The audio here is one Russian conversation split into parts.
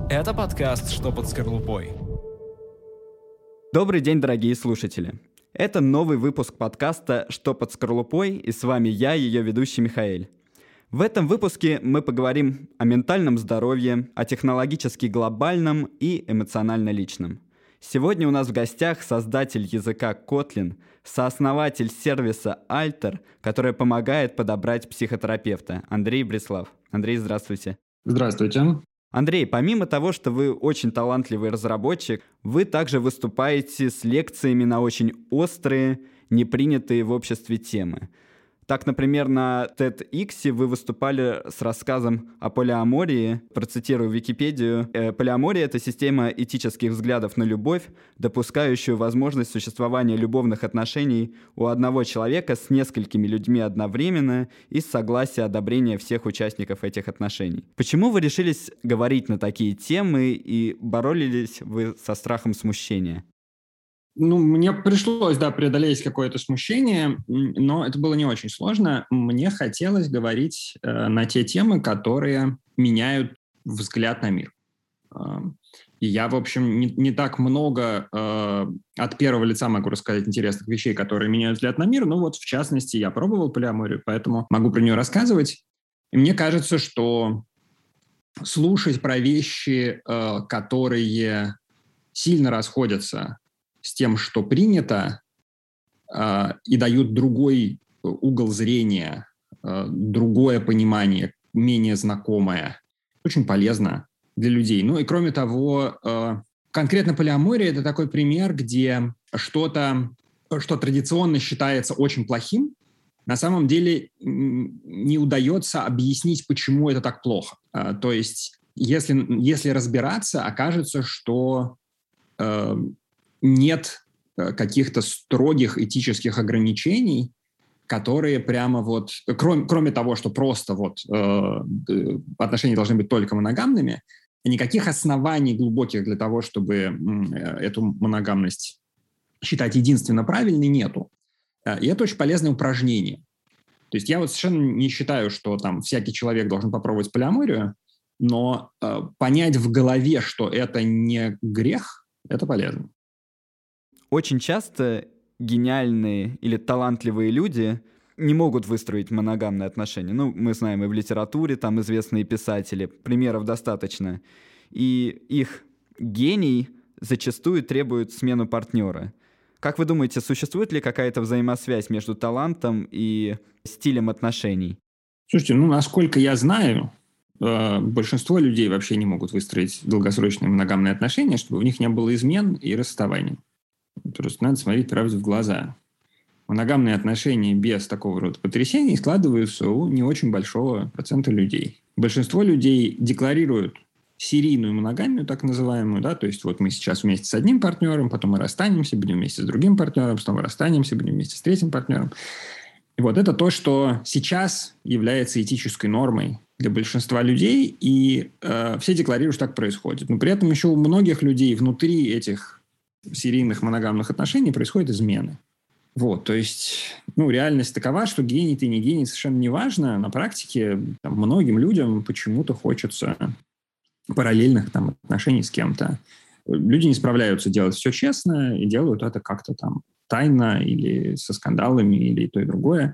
Это подкаст «Что под скорлупой?». Добрый день, дорогие слушатели. Это новый выпуск подкаста «Что под скорлупой?», и с вами я, ее ведущий Михаэль. В этом выпуске мы поговорим о ментальном здоровье, о технологически глобальном и эмоционально личном. Сегодня у нас в гостях создатель языка Kotlin, сооснователь сервиса Alter, который помогает подобрать психотерапевта, Андрей Бреслав. Андрей, здравствуйте. Здравствуйте. Андрей, помимо того, что вы очень талантливый разработчик, вы также выступаете с лекциями на очень острые, непринятые в обществе темы. Так, например, на TEDx вы выступали с рассказом о полиамории. Процитирую Википедию. Полиамория — это система этических взглядов на любовь, допускающую возможность существования любовных отношений у одного человека с несколькими людьми одновременно и с согласия одобрения всех участников этих отношений. Почему вы решились говорить на такие темы и боролись вы со страхом смущения? Мне пришлось, преодолеть какое-то смущение, но это было не очень сложно. Мне хотелось говорить на те темы, которые меняют взгляд на мир. И я, в общем, не так много от первого лица могу рассказать интересных вещей, которые меняют взгляд на мир. Но вот, в частности, я пробовал полиаморию, поэтому могу про нее рассказывать. И мне кажется, что слушать про вещи, которые сильно расходятся с тем, что принято, и дают другой угол зрения, другое понимание, менее знакомое. Очень полезно для людей. Ну и кроме того, конкретно полиамория – это такой пример, где что-то, что традиционно считается очень плохим, на самом деле не удается объяснить, почему это так плохо. То есть, если разбираться, окажется, что нет каких-то строгих этических ограничений, которые прямо вот, кроме того, что просто отношения должны быть только моногамными, никаких оснований глубоких для того, чтобы эту моногамность считать единственно правильной, нету. И это очень полезное упражнение. То есть я совершенно не считаю, что там всякий человек должен попробовать полиаморию, но понять в голове, что это не грех, это полезно. Очень часто гениальные или талантливые люди не могут выстроить моногамные отношения. Мы знаем и в литературе, там известные писатели, примеров достаточно. И их гений зачастую требует смену партнера. Как вы думаете, существует ли какая-то взаимосвязь между талантом и стилем отношений? Слушайте, насколько я знаю, большинство людей вообще не могут выстроить долгосрочные моногамные отношения, чтобы у них не было измен и расставаний. Просто надо смотреть правде в глаза. Моногамные отношения без такого рода потрясений складываются у не очень большого процента людей. Большинство людей декларируют серийную моногамию, так называемую, то есть вот мы сейчас вместе с одним партнером, потом мы расстанемся, будем вместе с другим партнером, потом мы расстанемся, будем вместе с третьим партнером. И вот это то, что сейчас является этической нормой для большинства людей, и все декларируют, что так происходит. Но при этом еще у многих людей внутри этих серийных моногамных отношений происходят измены. То есть, реальность такова, что гений ты, не гений, совершенно не важно. На практике многим людям почему-то хочется параллельных отношений с кем-то. Люди не справляются делать все честно и делают это как-то тайно или со скандалами, или и то, и другое.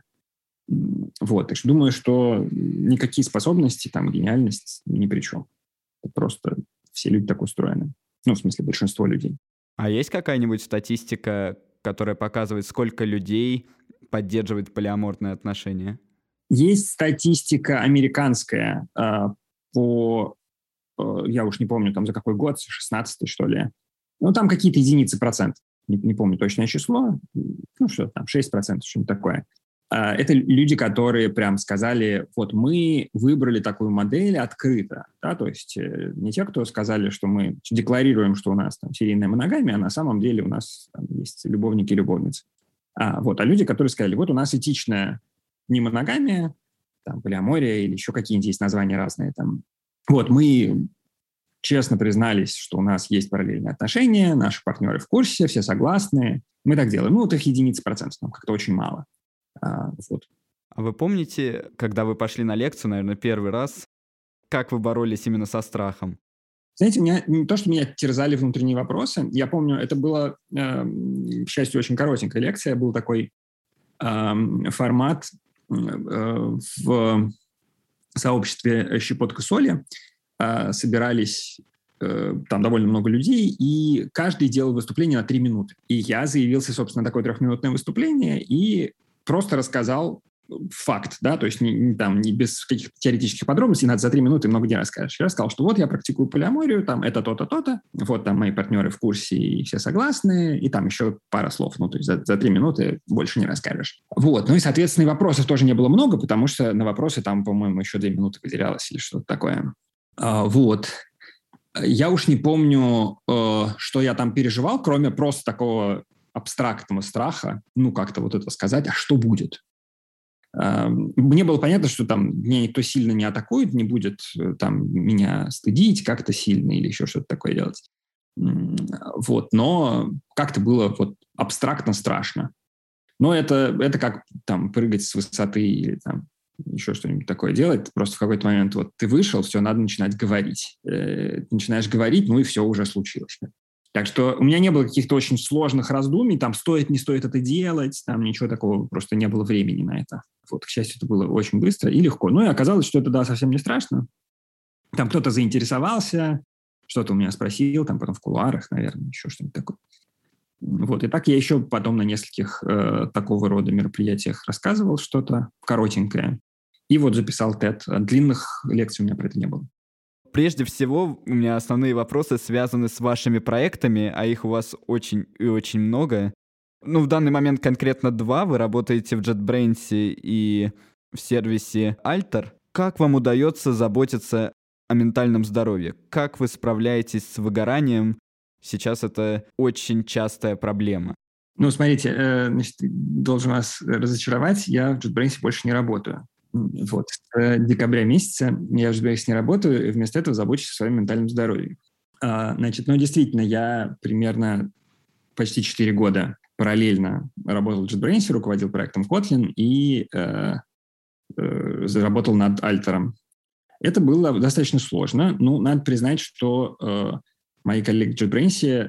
Так что думаю, что никакие способности, гениальность ни при чем. Просто все люди так устроены. В смысле, большинство людей. А есть какая-нибудь статистика, которая показывает, сколько людей поддерживает полиаморные отношения? Есть статистика американская я уж не помню, за какой год, 16-й, что ли. Там какие-то единицы процентов. Не помню точное число. 6%, что-нибудь такое. Это люди, которые прям сказали, мы выбрали такую модель открыто. То есть не те, кто сказали, что мы декларируем, что у нас серийная моногамия, а на самом деле у нас есть любовники и любовницы. А люди, которые сказали, у нас этичная не моногамия, полиамория или еще какие-нибудь есть названия разные. Мы честно признались, что у нас есть параллельные отношения, наши партнеры в курсе, все согласны. Мы так делаем. Их единицы процентов, как-то очень мало. А вы помните, когда вы пошли на лекцию, наверное, первый раз, как вы боролись именно со страхом? Знаете, не то, что меня терзали внутренние вопросы. Я помню, это была, к счастью, очень коротенькая лекция. Был такой формат в сообществе «Щепотка соли». Собирались там довольно много людей, и каждый делал выступление на 3 минуты. И я заявился, собственно, на такое 3-минутное выступление и просто рассказал факт, да, то есть не без каких-то теоретических подробностей, надо за 3 минуты много где расскажешь. Я рассказал, что вот я практикую полиаморию, там это то-то, то-то, вот там мои партнеры в курсе и все согласны, и там еще пара слов, ну, то есть за 3 минуты больше не расскажешь. Вот, ну и, соответственно, и вопросов тоже не было много, потому что на вопросы там, по-моему, еще 2 минуты выделялось или что-то такое. Вот. Я уж не помню, что я там переживал, кроме просто такого абстрактного страха, ну, как-то вот это сказать, а что будет? Мне было понятно, что там меня никто сильно не атакует, не будет там меня стыдить как-то сильно или еще что-то такое делать. Вот, но как-то было вот абстрактно страшно. Но это как там прыгать с высоты или там еще что-нибудь такое делать. Просто в какой-то момент вот ты вышел, все, надо начинать говорить. Ты начинаешь говорить, ну и все уже случилось. Так что у меня не было каких-то очень сложных раздумий, там стоит, не стоит это делать, там ничего такого, просто не было времени на это. Вот, к счастью, это было очень быстро и легко. Ну и оказалось, что это, да, совсем не страшно. Там кто-то заинтересовался, что-то у меня спросил, там потом в кулуарах, наверное, еще что-нибудь такое. Вот, и так я еще потом на нескольких такого рода мероприятиях рассказывал что-то коротенькое. И вот записал TED. Длинных лекций у меня про это не было. Прежде всего, у меня основные вопросы связаны с вашими проектами, а их у вас очень и очень много. Ну, в данный момент конкретно 2. Вы работаете в JetBrains и в сервисе Alter. Как вам удается заботиться о ментальном здоровье? Как вы справляетесь с выгоранием? Сейчас это очень частая проблема. Ну, смотрите, значит, должен вас разочаровать, я в JetBrains больше не работаю. Вот. С декабря месяца я в JetBrains не работаю, и вместо этого забочусь о своем ментальном здоровье. Значит, ну, действительно, я примерно почти 4 года параллельно работал в JetBrains, руководил проектом Kotlin и заработал над Альтером. Это было достаточно сложно. Ну, надо признать, что мои коллеги в JetBrains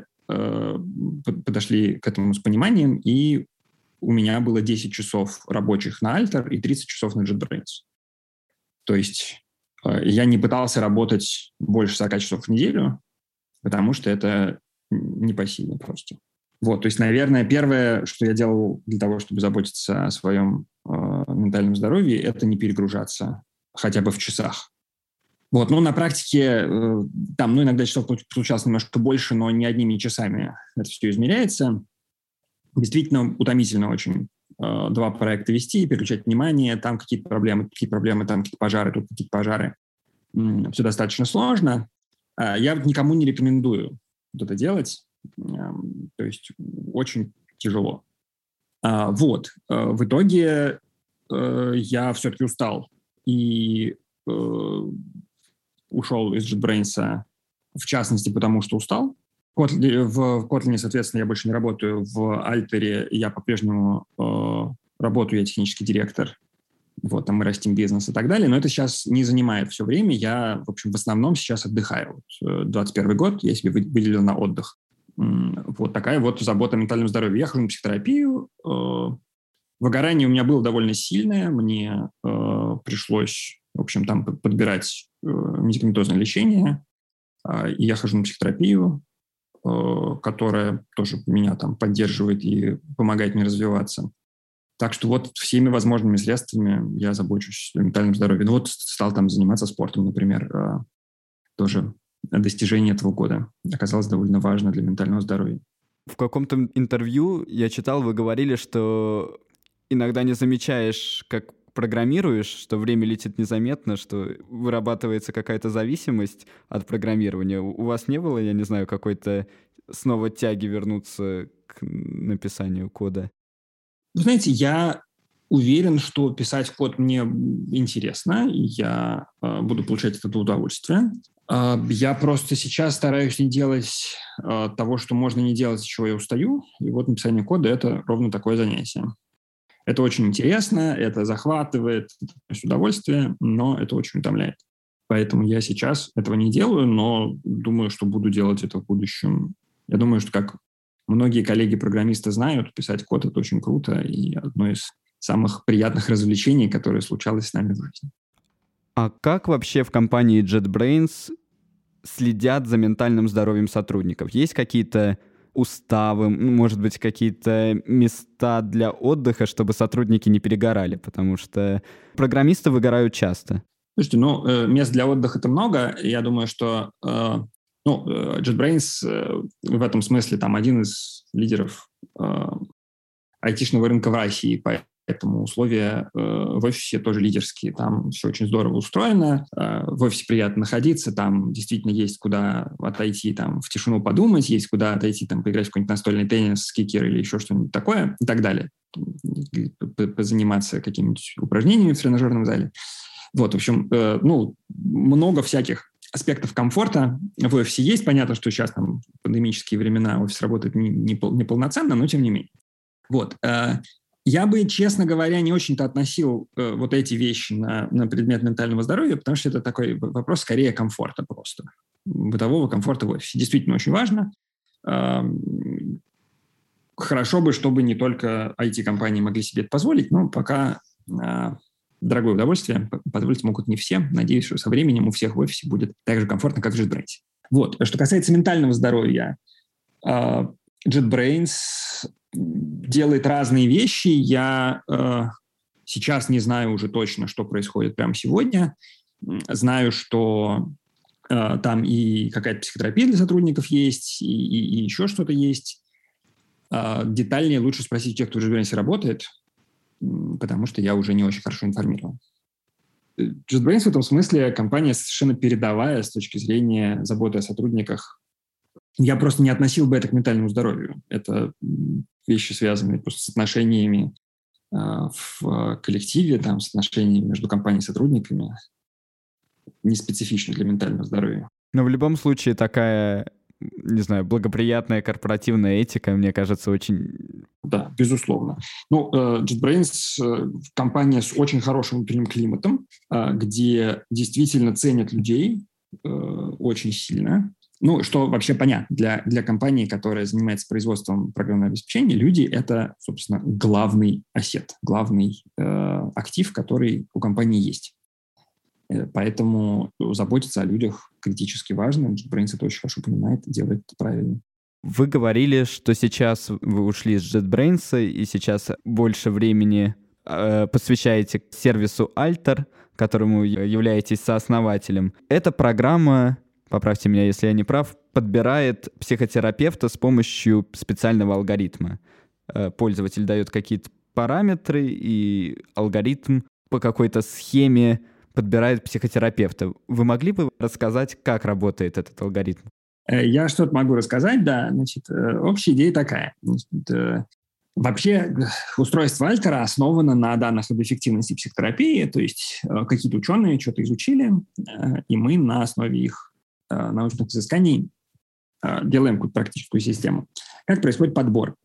подошли к этому с пониманием, и у меня было 10 часов рабочих на Alter и 30 часов на JetBrains. То есть я не пытался работать больше 40 часов в неделю, потому что это непосильно просто. Вот, то есть, наверное, первое, что я делал для того, чтобы заботиться о своем ментальном здоровье, это не перегружаться хотя бы в часах. Вот, ну, на практике там, ну, иногда часов получалось немножко больше, но не одними часами это все измеряется. Действительно утомительно очень 2 проекта вести, переключать внимание, там какие-то проблемы, там какие-то пожары, тут какие-то пожары. Все достаточно сложно. Я никому не рекомендую это делать. То есть очень тяжело. Вот. В итоге я все-таки устал и ушел из JetBrains, в частности, потому что устал. В Kotlin, соответственно, я больше не работаю. В Альтере я по-прежнему работаю, я технический директор. Вот, там мы растим бизнес и так далее. Но это сейчас не занимает все время. Я, в общем, в основном сейчас отдыхаю. Вот, 21 год я себе выделил на отдых. Вот такая вот забота о ментальном здоровье. Я хожу на психотерапию. Выгорание у меня было довольно сильное. Мне пришлось, в общем, там подбирать медикаментозное лечение. И я хожу на психотерапию, которая тоже меня там поддерживает и помогает мне развиваться. Так что вот всеми возможными средствами я забочусь о ментальном здоровье. Ну вот стал там заниматься спортом, например, тоже достижение этого года оказалось довольно важно для ментального здоровья. В каком-то интервью я читал, вы говорили, что иногда не замечаешь, как программируешь, что время летит незаметно, что вырабатывается какая-то зависимость от программирования. У вас не было, я не знаю, какой-то снова тяги вернуться к написанию кода? Вы знаете, я уверен, что писать код мне интересно, и я буду получать от этого удовольствие. Я просто сейчас стараюсь не делать того, что можно не делать, от чего я устаю. И вот написание кода — это ровно такое занятие. Это очень интересно, это захватывает, это удовольствие, но это очень утомляет. Поэтому я сейчас этого не делаю, но думаю, что буду делать это в будущем. Я думаю, что, как многие коллеги-программисты знают, писать код – это очень круто и одно из самых приятных развлечений, которое случалось с нами в жизни. А как вообще в компании JetBrains следят за ментальным здоровьем сотрудников? Есть какие-то уставы, может быть, какие-то места для отдыха, чтобы сотрудники не перегорали? Потому что программисты выгорают часто. Слушайте, мест для отдыха-то много. Я думаю, что JetBrains в этом смысле там один из лидеров айтишного рынка в России, поэтому условия в офисе тоже лидерские. Там все очень здорово устроено, в офисе приятно находиться, там действительно есть куда отойти там, в тишину подумать, есть куда отойти там, поиграть в какой-нибудь настольный теннис, кикер или еще что-нибудь такое и так далее. Позаниматься какими-нибудь упражнениями в тренажерном зале. Вот, в общем, много всяких аспектов комфорта в офисе есть. Понятно, что сейчас там пандемические времена офис работает неполноценно, но тем не менее. Вот. Я бы, честно говоря, не очень-то относил вот эти вещи на предмет ментального здоровья, потому что это такой вопрос скорее комфорта просто. Бытового комфорта в офисе. Действительно очень важно. Хорошо бы, чтобы не только IT-компании могли себе это позволить, но пока дорогое удовольствие позволить могут не все. Надеюсь, что со временем у всех в офисе будет так же комфортно, как в JetBrains. Вот. Что касается ментального здоровья, JetBrains делает разные вещи. Я сейчас не знаю уже точно, что происходит прямо сегодня. Знаю, что там и какая-то психотерапия для сотрудников есть, и еще что-то есть. Детальнее лучше спросить тех, кто в JetBrains работает, потому что я уже не очень хорошо информирован. JetBrains в этом смысле компания совершенно передовая с точки зрения заботы о сотрудниках. Я просто не относил бы это к ментальному здоровью. Это вещи, связанные просто с отношениями в коллективе, там, с отношениями между компанией и сотрудниками, не специфичны для ментального здоровья. Но в любом случае такая, не знаю, благоприятная корпоративная этика, мне кажется, очень... Да, безусловно. JetBrains – компания с очень хорошим внутренним климатом, где действительно ценят людей очень сильно. Что вообще понятно. Для компании, которая занимается производством программного обеспечения, люди – это, собственно, главный ассет, главный актив, который у компании есть. Поэтому заботиться о людях критически важно. JetBrains это очень хорошо понимает и делает это правильно. Вы говорили, что сейчас вы ушли из JetBrains и сейчас больше времени посвящаете сервису Alter, которому являетесь сооснователем. Эта программа, поправьте меня, если я не прав, подбирает психотерапевта с помощью специального алгоритма. Пользователь дает какие-то параметры, и алгоритм по какой-то схеме подбирает психотерапевта. Вы могли бы рассказать, как работает этот алгоритм? Я что-то могу рассказать, да. Общая идея такая. Вообще устройство Альтера основано на данных об эффективности психотерапии, то есть какие-то ученые что-то изучили, и мы на основе их научных изысканий делаем какую-то практическую систему. Как происходит подбор?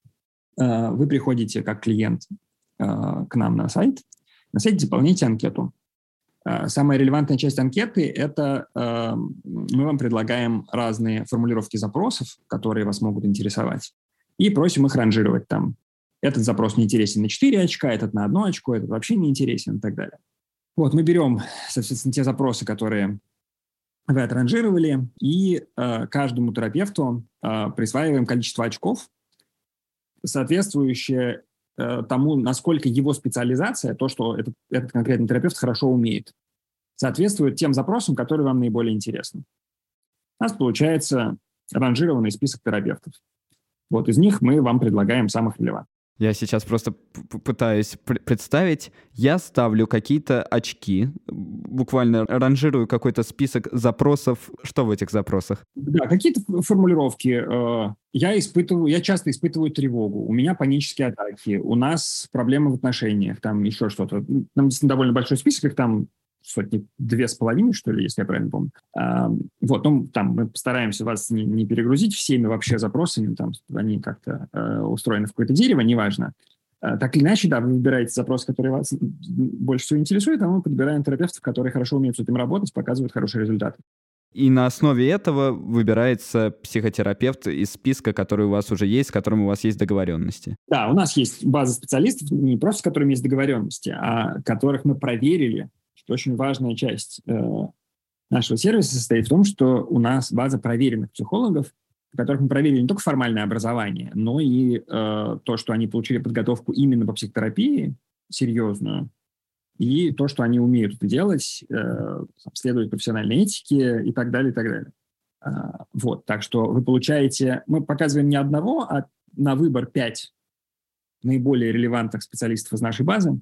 Вы приходите как клиент к нам на сайт, заполняете анкету. Самая релевантная часть анкеты – это мы вам предлагаем разные формулировки запросов, которые вас могут интересовать, и просим их ранжировать там. Этот запрос не интересен на 4 очка, этот на 1 очко, этот вообще не интересен и так далее. Вот, мы берем, соответственно, те запросы, которые вы отранжировали, и каждому терапевту присваиваем количество очков, соответствующее тому, насколько его специализация, то, что этот конкретный терапевт хорошо умеет, соответствует тем запросам, которые вам наиболее интересны. У нас получается ранжированный список терапевтов. Вот из них мы вам предлагаем самых релевантных. Я сейчас просто пытаюсь представить. Я ставлю какие-то очки, буквально ранжирую какой-то список запросов. Что в этих запросах? Да, какие-то формулировки. Я часто испытываю тревогу. У меня панические атаки. У нас проблемы в отношениях. Там еще что-то. Там действительно довольно большой список. Их там 2,5, что ли, если я правильно помню. Там мы постараемся вас не перегрузить всеми вообще запросами. Там они как-то устроены в какое-то дерево, неважно. Так или иначе, да, вы выбираете запрос, который вас больше всего интересует, а мы подбираем терапевтов, которые хорошо умеют с этим работать, показывают хорошие результаты. И на основе этого выбирается психотерапевт из списка, который у вас уже есть, с которым у вас есть договоренности. Да, у нас есть база специалистов, не просто с которыми есть договоренности, а которых мы проверили, что очень важная часть нашего сервиса состоит в том, что у нас база проверенных психологов, у которых мы проверили не только формальное образование, но и то, что они получили подготовку именно по психотерапии серьезную, и то, что они умеют это делать, следовать профессиональной этике и так далее, и так далее. Вот, так что вы получаете... Мы показываем не одного, а на выбор 5 наиболее релевантных специалистов из нашей базы,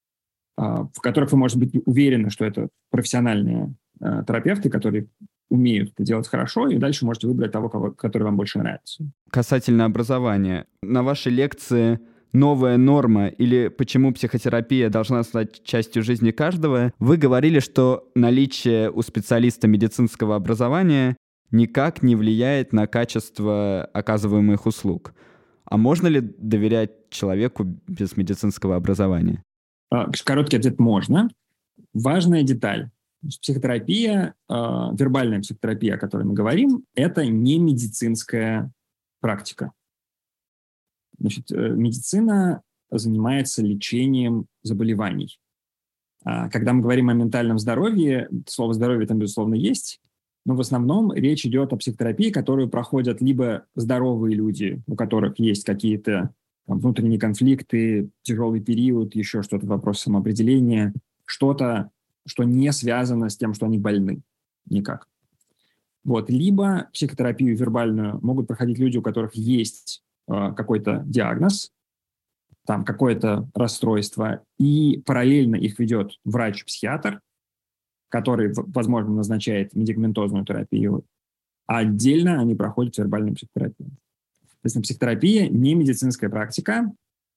в которых вы можете быть уверены, что это профессиональные терапевты, которые умеют это делать хорошо, и дальше можете выбрать того, который вам больше нравится. Касательно образования. На вашей лекции «Новая норма» или «Почему психотерапия должна стать частью жизни каждого» вы говорили, что наличие у специалиста медицинского образования никак не влияет на качество оказываемых услуг. А можно ли доверять человеку без медицинского образования? Короткий ответ – можно. Важная деталь. Психотерапия, вербальная психотерапия, о которой мы говорим, это не медицинская практика. Значит, медицина занимается лечением заболеваний. Когда мы говорим о ментальном здоровье, слово «здоровье» там, безусловно, есть, но в основном речь идет о психотерапии, которую проходят либо здоровые люди, у которых есть какие-то внутренние конфликты, тяжелый период, еще что-то, вопрос самоопределения, что-то, что не связано с тем, что они больны. Никак. Вот. Либо психотерапию вербальную могут проходить люди, у которых есть какой-то диагноз, там какое-то расстройство, и параллельно их ведет врач-психиатр, который, возможно, назначает медикаментозную терапию, а отдельно они проходят вербальную психотерапию. То есть психотерапия не медицинская практика,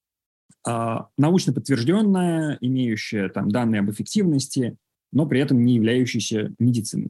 научно подтвержденная, имеющая там данные об эффективности, но при этом не являющаяся медициной.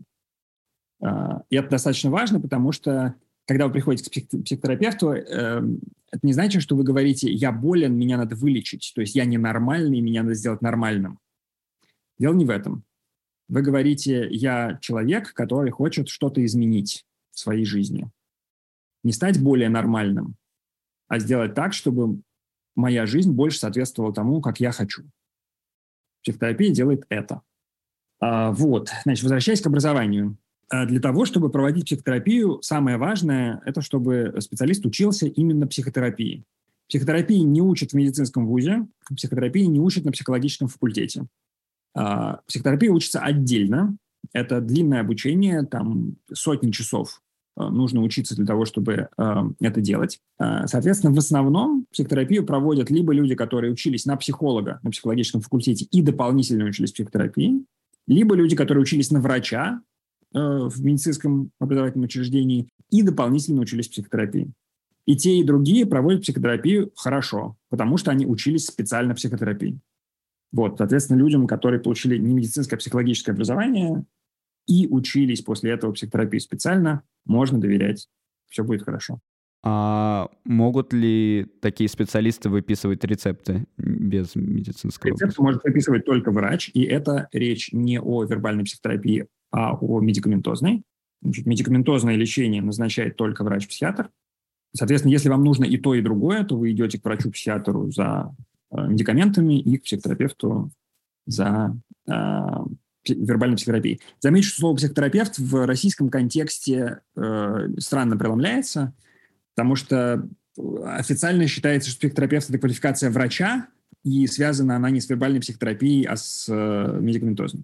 И это достаточно важно, потому что когда вы приходите к психотерапевту, это не значит, что вы говорите: «Я болен, меня надо вылечить», то есть «я ненормальный, меня надо сделать нормальным». Дело не в этом. Вы говорите: «Я человек, который хочет что-то изменить в своей жизни». Не стать более нормальным, а сделать так, чтобы моя жизнь больше соответствовала тому, как я хочу. Психотерапия делает это. Вот. Значит, возвращаясь к образованию. Для того, чтобы проводить психотерапию, самое важное – это чтобы специалист учился именно психотерапии. Психотерапии не учат в медицинском вузе, психотерапии не учат на психологическом факультете. Психотерапия учится отдельно. Это длинное обучение, там сотни часов нужно учиться для того, чтобы это делать. Соответственно, в основном психотерапию проводят либо люди, которые учились на психолога на психологическом факультете и дополнительно учились психотерапии, либо люди, которые учились на врача в медицинском образовательном учреждении и дополнительно учились психотерапии. И те, и другие проводят психотерапию хорошо, потому что они учились специально психотерапии. Вот, соответственно, людям, которые получили не медицинское, а психологическое образование и учились после этого психотерапии специально, можно доверять. Все будет хорошо. А могут ли такие специалисты выписывать рецепты без медицинского образования? Рецепты может выписывать только врач, и это речь не о вербальной психотерапии, а о медикаментозной. Значит, медикаментозное лечение назначает только врач-психиатр. Соответственно, если вам нужно и то, и другое, то вы идете к врачу-психиатру за медикаментами и к психотерапевту за вербальной психотерапией. Замечу, что слово «психотерапевт» в российском контексте странно преломляется, потому что официально считается, что психотерапевт – это квалификация врача, и связана она не с вербальной психотерапией, а с медикаментозной.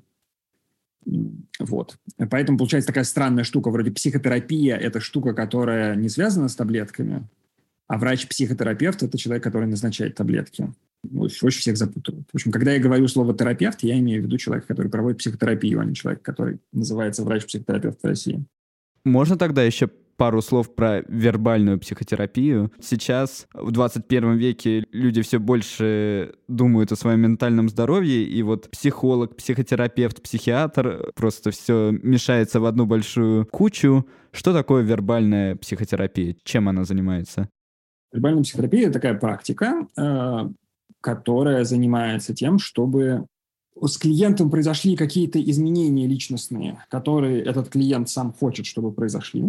Вот. Поэтому получается такая странная штука, вроде психотерапия – это штука, которая не связана с таблетками, а врач-психотерапевт – это человек, который назначает таблетки. Очень всех запутывают. В общем, когда я говорю слово «терапевт», я имею в виду человека, который проводит психотерапию, а не человек, который называется врач-психотерапевт в России. Можно тогда еще пару слов про вербальную психотерапию? Сейчас, в 21 веке, люди все больше думают о своем ментальном здоровье, и вот психолог, психотерапевт, психиатр, просто все мешается в одну большую кучу. Что такое вербальная психотерапия? Чем она занимается? Вербальная психотерапия – это такая практика, которая занимается тем, чтобы с клиентом произошли какие-то изменения личностные, которые этот клиент сам хочет, чтобы произошли.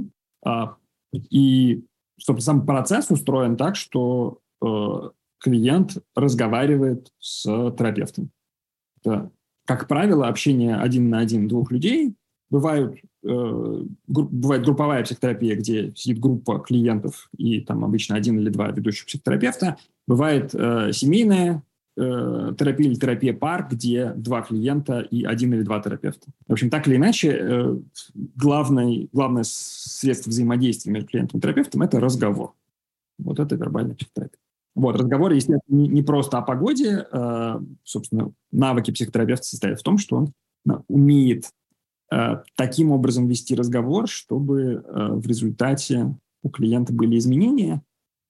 И, собственно, сам процесс устроен так, что клиент разговаривает с терапевтом. Это, как правило, общение один на один двух людей. Бывает групповая психотерапия, где сидит группа клиентов и там обычно один или два ведущих психотерапевта. Бывает семейная терапия или терапия пар, где два клиента и один или два терапевта. В общем, так или иначе, главное средство взаимодействия между клиентом и терапевтом – это разговор. Вот это вербальная психотерапия. Вот, разговор, естественно, не просто о погоде. Собственно, навыки психотерапевта состоят в том, что он умеет таким образом вести разговор, чтобы в результате у клиента были изменения.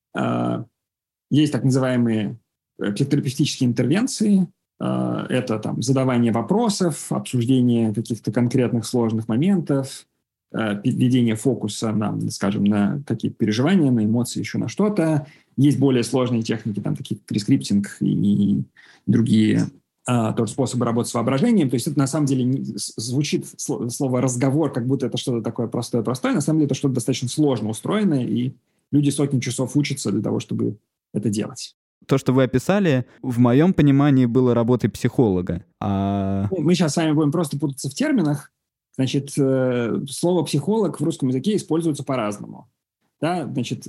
Есть так называемые психотерапевтические интервенции. Это там задавание вопросов, обсуждение каких-то конкретных сложных моментов, введение фокуса скажем, на какие-то переживания, на эмоции, еще на что-то. Есть более сложные техники, там такие как рескриптинг и другие тоже способы работы с воображением. То есть это на самом деле звучит слово «разговор», как будто это что-то такое простое-простое. На самом деле это что-то достаточно сложно устроенное, и люди сотни часов учатся для того, чтобы это делать. То, что вы описали, в моем понимании было работой психолога. Мы сейчас с вами будем просто путаться в терминах. Значит, слово «психолог» в русском языке используется по-разному. Да? Значит,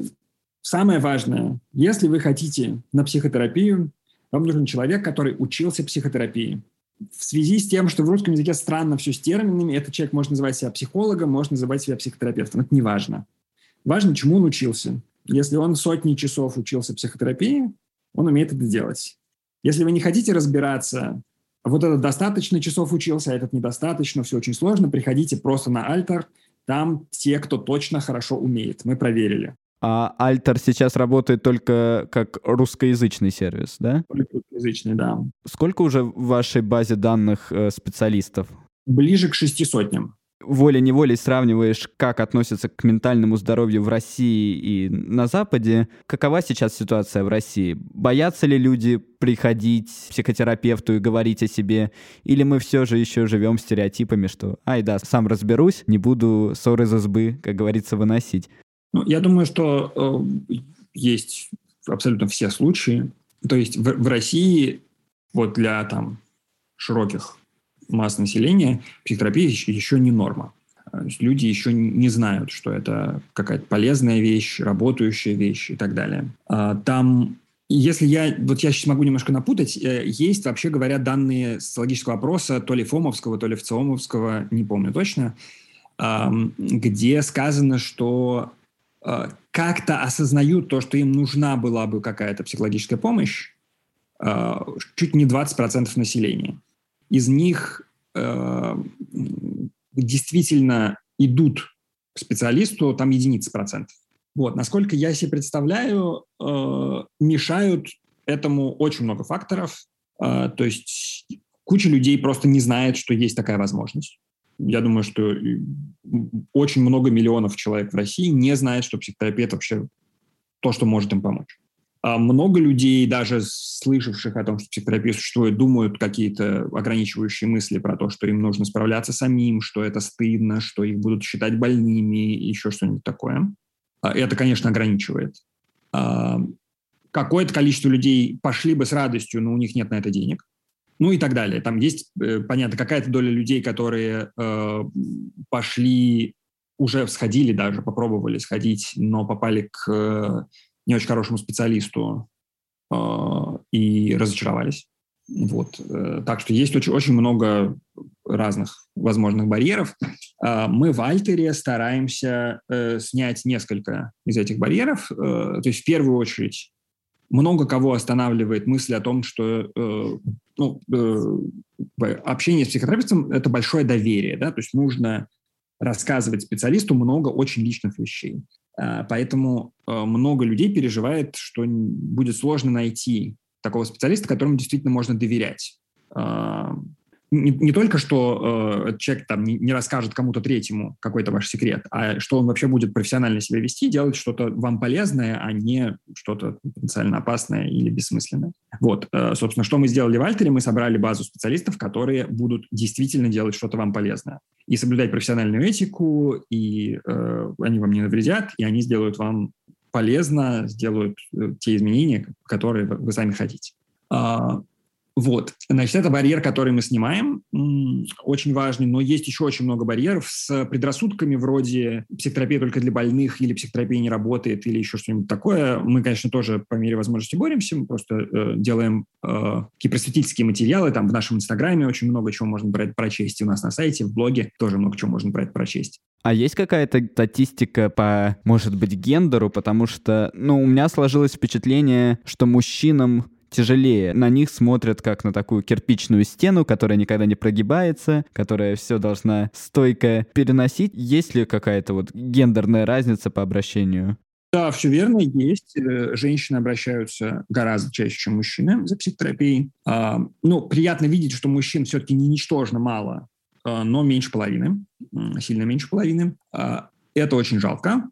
самое важное, если вы хотите на психотерапию, вам нужен человек, который учился психотерапии. В связи с тем, что в русском языке странно все с терминами, этот человек может называть себя психологом, может называть себя психотерапевтом. Это не важно. Важно, чему он учился. Если он сотни часов учился психотерапии, он умеет это делать. Если вы не хотите разбираться, вот этот достаточно часов учился, а этот недостаточно, все очень сложно, приходите просто на Альтер, там те, кто точно хорошо умеет. Мы проверили. А Альтер сейчас работает только как русскоязычный сервис, да? Только русскоязычный, да. Сколько уже в вашей базе данных специалистов? Ближе к 600. Волей-неволей сравниваешь, как относятся к ментальному здоровью в России и на Западе. Какова сейчас ситуация в России? Боятся ли люди приходить к психотерапевту и говорить о себе? Или мы все же еще живем стереотипами, что «ай да, сам разберусь, не буду ссор из избы», как говорится, выносить? Я думаю, что есть абсолютно все случаи. То есть в России вот для широких масс населения психотерапия еще не норма. Люди еще не знают, что это какая-то полезная вещь, работающая вещь и так далее. Там, если я сейчас могу немножко напутать, есть, вообще говоря, данные социологического опроса то ли ФОМовского, то ли ВЦИОМовского, не помню точно, где сказано, что как-то осознают то, что им нужна была бы какая-то психологическая помощь, чуть не 20% населения. Из них действительно идут к специалисту, там единицы процентов. Вот. Насколько я себе представляю, мешают этому очень много факторов. То есть куча людей просто не знает, что есть такая возможность. Я думаю, что очень много миллионов человек в России не знает, что психотерапия – это вообще то, что может им помочь. А много людей, даже слышавших о том, что психотерапия существует, думают какие-то ограничивающие мысли про то, что им нужно справляться самим, что это стыдно, что их будут считать больными, еще что-нибудь такое. Это, конечно, ограничивает. Какое-то количество людей пошли бы с радостью, но у них нет на это денег. Ну и так далее. Там есть, понятно, какая-то доля людей, которые пошли, уже сходили даже, попробовали сходить, но попали к не очень хорошему специалисту и разочаровались. Вот. Так что есть очень много разных возможных барьеров. Мы в Альтере стараемся снять несколько из этих барьеров. То есть в первую очередь много кого останавливает мысль о том, что общение с психотерапевтом – это большое доверие. Да? То есть нужно рассказывать специалисту много очень личных вещей. Поэтому много людей переживает, что будет сложно найти такого специалиста, которому действительно можно доверять. не только, что человек там не расскажет кому-то третьему какой-то ваш секрет, а что он вообще будет профессионально себя вести, делать что-то вам полезное, а не что-то потенциально опасное или бессмысленное. Вот, собственно, что мы сделали в Альтере, мы собрали базу специалистов, которые будут действительно делать что-то вам полезное. И соблюдать профессиональную этику, и они вам не навредят, и они сделают вам полезно, сделают те изменения, которые вы сами хотите. Вот, значит, это барьер, который мы снимаем, очень важный, но есть еще очень много барьеров с предрассудками вроде психотерапия только для больных или психотерапия не работает или еще что-нибудь такое. Мы, конечно, тоже по мере возможности боремся, мы просто делаем такие просветительские материалы, там в нашем Инстаграме очень много чего можно про это прочесть, и у нас на сайте, в блоге тоже много чего можно про это прочесть. А есть какая-то статистика по, может быть, гендеру? Потому что, у меня сложилось впечатление, что мужчинам тяжелее. На них смотрят как на такую кирпичную стену, которая никогда не прогибается, которая все должна стойко переносить. Есть ли какая-то вот гендерная разница по обращению? Да, все верно, есть. Женщины обращаются гораздо чаще, чем мужчины за психотерапией. Приятно видеть, что мужчин все-таки не ничтожно мало, но меньше половины, сильно меньше половины. Это очень жалко.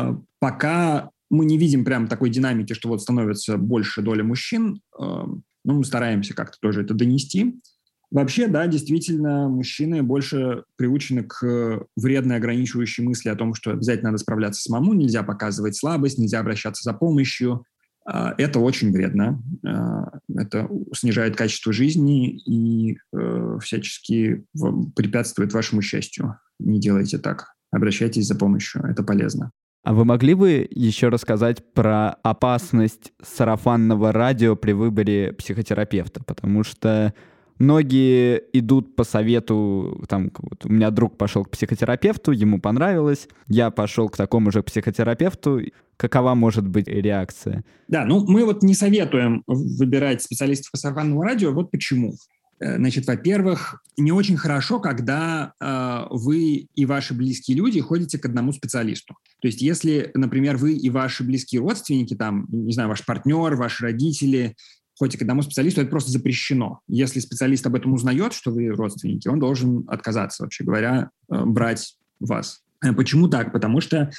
Пока мы не видим прям такой динамики, что вот становится больше доля мужчин, мы стараемся как-то тоже это донести. Вообще, да, действительно, мужчины больше приучены к вредной ограничивающей мысли о том, что обязательно надо справляться самому, нельзя показывать слабость, нельзя обращаться за помощью. Это очень вредно. Это снижает качество жизни и всячески препятствует вашему счастью. Не делайте так. Обращайтесь за помощью. Это полезно. А вы могли бы еще рассказать про опасность сарафанного радио при выборе психотерапевта? Потому что многие идут по совету, вот у меня друг пошел к психотерапевту, ему понравилось, я пошел к такому же психотерапевту. Какова может быть реакция? Да, мы вот не советуем выбирать специалистов по сарафанному радио, вот почему. Значит, во-первых, не очень хорошо, когда вы и ваши близкие люди ходите к одному специалисту. То есть если, например, вы и ваши близкие родственники, ваш партнер, ваши родители ходите к одному специалисту, это просто запрещено. Если специалист об этом узнает, что вы родственники, он должен отказаться, вообще говоря, брать вас. Почему так? Потому что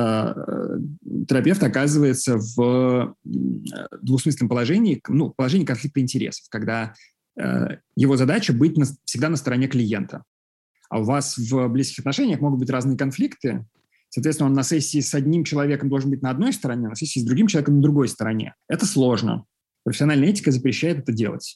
терапевт оказывается в двусмысленном положении, положении конфликта интересов, когда его задача быть всегда на стороне клиента. А у вас в близких отношениях могут быть разные конфликты. Соответственно, он на сессии с одним человеком должен быть на одной стороне, а на сессии с другим человеком на другой стороне. Это сложно. Профессиональная этика запрещает это делать.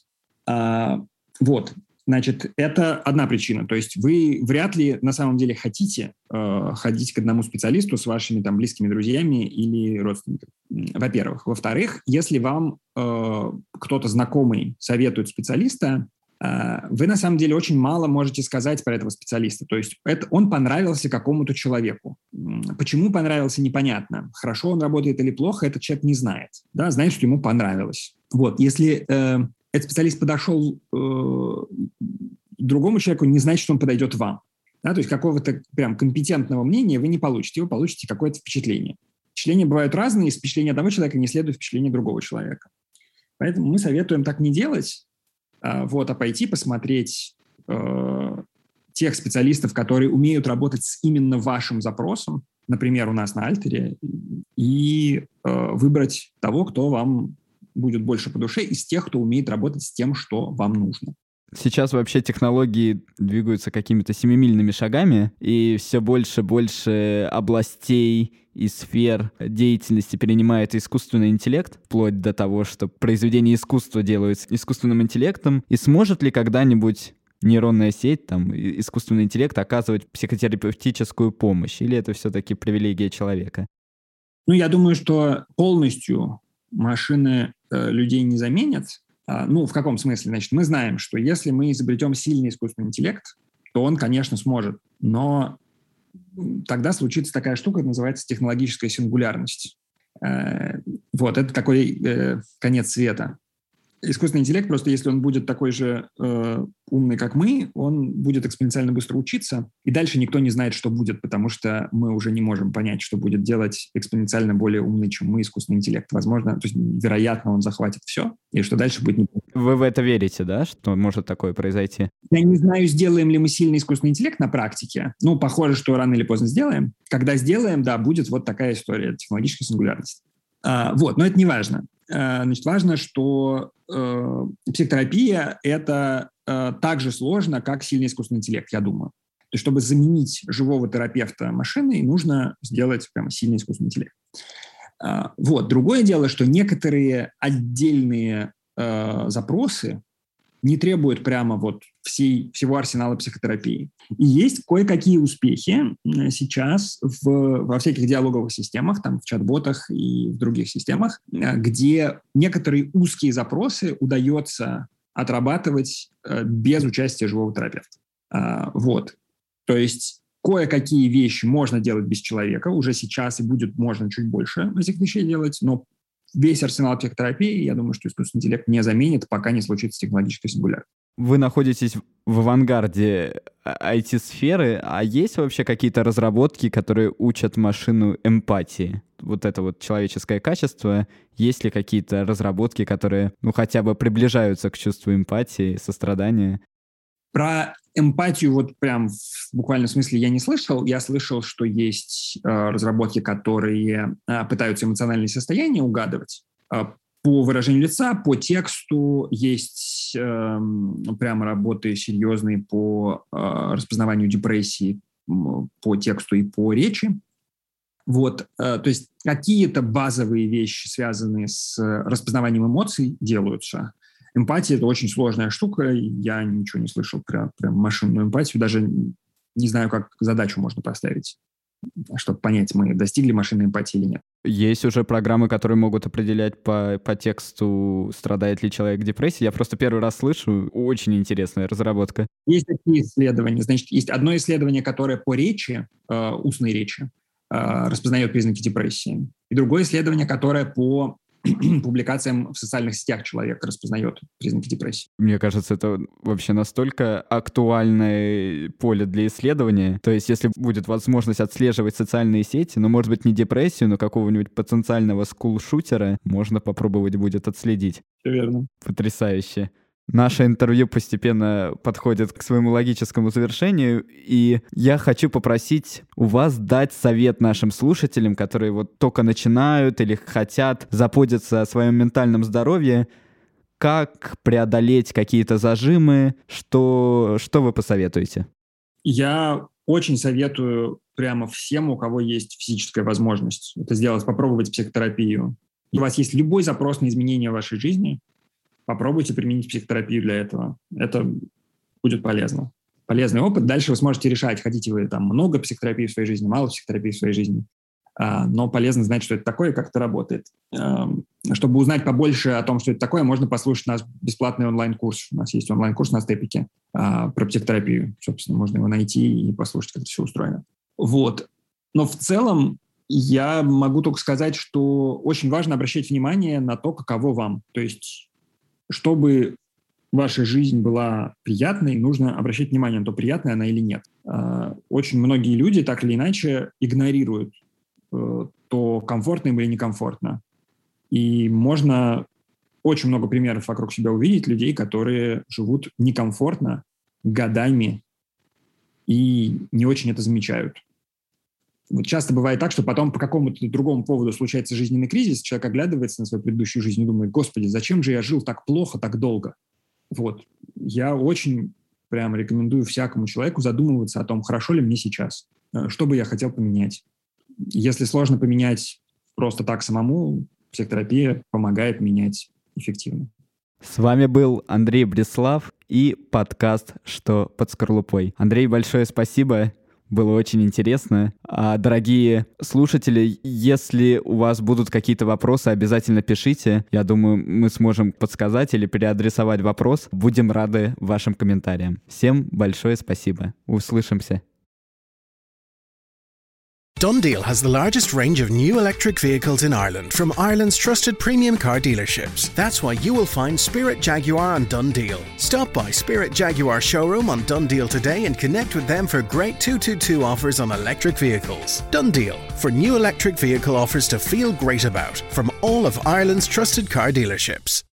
Значит, это одна причина. То есть вы вряд ли на самом деле хотите ходить к одному специалисту с вашими близкими друзьями или родственниками. Во-первых. Во-вторых, если вам кто-то знакомый советует специалиста, вы на самом деле очень мало можете сказать про этого специалиста. То есть он понравился какому-то человеку. Почему понравился, непонятно. Хорошо он работает или плохо, этот человек не знает. Да, знает, что ему понравилось. Вот, если этот специалист подошел другому человеку, не значит, что он подойдет вам. Да, то есть какого-то прям компетентного мнения вы не получите, вы получите какое-то впечатление. Впечатления бывают разные, из впечатления одного человека не следует впечатление другого человека. Поэтому мы советуем так не делать, а пойти посмотреть тех специалистов, которые умеют работать с именно вашим запросом, например, у нас на Альтере, и выбрать того, кто вам будет больше по душе, из тех, кто умеет работать с тем, что вам нужно. Сейчас вообще технологии двигаются какими-то семимильными шагами, и все больше и больше областей и сфер деятельности перенимает искусственный интеллект, вплоть до того, что произведения искусства делаются искусственным интеллектом. И сможет ли когда-нибудь нейронная сеть, искусственный интеллект оказывать психотерапевтическую помощь? Или это все-таки привилегия человека? Я думаю, что полностью машины людей не заменят. В каком смысле? Значит, мы знаем, что если мы изобретем сильный искусственный интеллект, то он, конечно, сможет. Но тогда случится такая штука, называется технологическая сингулярность. Это такой конец света. искусственный интеллект, просто если он будет такой же умный, как мы, он будет экспоненциально быстро учиться, и дальше никто не знает, что будет, потому что мы уже не можем понять, что будет делать экспоненциально более умный, чем мы, искусственный интеллект. Возможно, то есть, вероятно, он захватит все, и что дальше будет не... Вы в это верите, да, что может такое произойти? Я не знаю, сделаем ли мы сильный искусственный интеллект на практике. Ну, похоже, что рано или поздно сделаем. Когда сделаем, да, будет вот такая история технологической сингулярности. Вот, но это не важно. Значит, важно, что психотерапия – это так же сложно, как сильный искусственный интеллект, я думаю. То есть, чтобы заменить живого терапевта машиной, нужно сделать прямо сильный искусственный интеллект. Вот. Другое дело, что некоторые отдельные запросы не требуют прямо вот всего арсенала психотерапии. И есть кое-какие успехи сейчас во всяких диалоговых системах, там, в чат-ботах и в других системах, где некоторые узкие запросы удается отрабатывать без участия живого терапевта. Вот. То есть кое-какие вещи можно делать без человека уже сейчас, и будет можно чуть больше этих вещей делать, но весь арсенал психотерапии, я думаю, что искусственный интеллект не заменит, пока не случится технологическая сингулярность. Вы находитесь в авангарде IT-сферы, а есть вообще какие-то разработки, которые учат машину эмпатии? Вот это вот человеческое качество. Есть ли какие-то разработки, которые, ну, хотя бы приближаются к чувству эмпатии, сострадания? Про эмпатию вот прям в буквальном смысле я не слышал. Я слышал, что есть разработки, которые пытаются эмоциональные состояния угадывать. По выражению лица, по тексту есть прямо работы серьезные по распознаванию депрессии по тексту и по речи. Вот, то есть какие-то базовые вещи, связанные с распознаванием эмоций, делаются. Эмпатия – это очень сложная штука. Я ничего не слышал про машинную эмпатию. Даже не знаю, как задачу можно поставить, чтобы понять, мы достигли машинной эмпатии или нет. Есть уже программы, которые могут определять по тексту, страдает ли человек депрессией. Я просто первый раз слышу. Очень интересная разработка. Есть такие исследования. Значит, есть одно исследование, которое по речи, устной речи, распознает признаки депрессии. И другое исследование, которое по публикациям в социальных сетях человек распознает признаки депрессии. Мне кажется, это вообще настолько актуальное поле для исследования. То есть, если будет возможность отслеживать социальные сети, ну, может быть, не депрессию, но какого-нибудь потенциального скул-шутера, можно попробовать будет отследить. Все верно. Потрясающе. Наше интервью постепенно подходит к своему логическому завершению, и я хочу попросить у вас дать совет нашим слушателям, которые вот только начинают или хотят заботиться о своем ментальном здоровье, как преодолеть какие-то зажимы, что вы посоветуете? Я очень советую прямо всем, у кого есть физическая возможность это сделать, попробовать психотерапию. У вас есть любой запрос на изменения в вашей жизни, попробуйте применить психотерапию для этого. Это будет полезно. Полезный опыт. Дальше вы сможете решать, хотите вы там много психотерапии в своей жизни, мало психотерапии в своей жизни. Но полезно знать, что это такое и как это работает. Чтобы узнать побольше о том, что это такое, можно послушать наш бесплатный онлайн-курс. У нас есть онлайн-курс на Степике про психотерапию. Собственно, можно его найти и послушать, как это все устроено. Вот. Но в целом я могу только сказать, что очень важно обращать внимание на то, каково вам. То есть чтобы ваша жизнь была приятной, нужно обращать внимание на то, приятная она или нет. Очень многие люди так или иначе игнорируют то, комфортно им или некомфортно. И можно очень много примеров вокруг себя увидеть людей, которые живут некомфортно годами и не очень это замечают. Вот часто бывает так, что потом по какому-то другому поводу случается жизненный кризис, человек оглядывается на свою предыдущую жизнь и думает: «Господи, зачем же я жил так плохо, так долго?» Вот. Я очень прям рекомендую всякому человеку задумываться о том, хорошо ли мне сейчас, что бы я хотел поменять. Если сложно поменять просто так самому, психотерапия помогает менять эффективно. С вами был Андрей Бреслав и подкаст «Что под скорлупой». Андрей, большое спасибо. Было очень интересно. Дорогие слушатели, если у вас будут какие-то вопросы, обязательно пишите. Я думаю, мы сможем подсказать или переадресовать вопрос. Будем рады вашим комментариям. Всем большое спасибо. Услышимся. DoneDeal has the largest range of new electric vehicles in Ireland from Ireland's trusted premium car dealerships. That's why you will find Spirit Jaguar on DoneDeal. Stop by Spirit Jaguar showroom on DoneDeal today and connect with them for great 222 offers on electric vehicles. DoneDeal, for new electric vehicle offers to feel great about from all of Ireland's trusted car dealerships.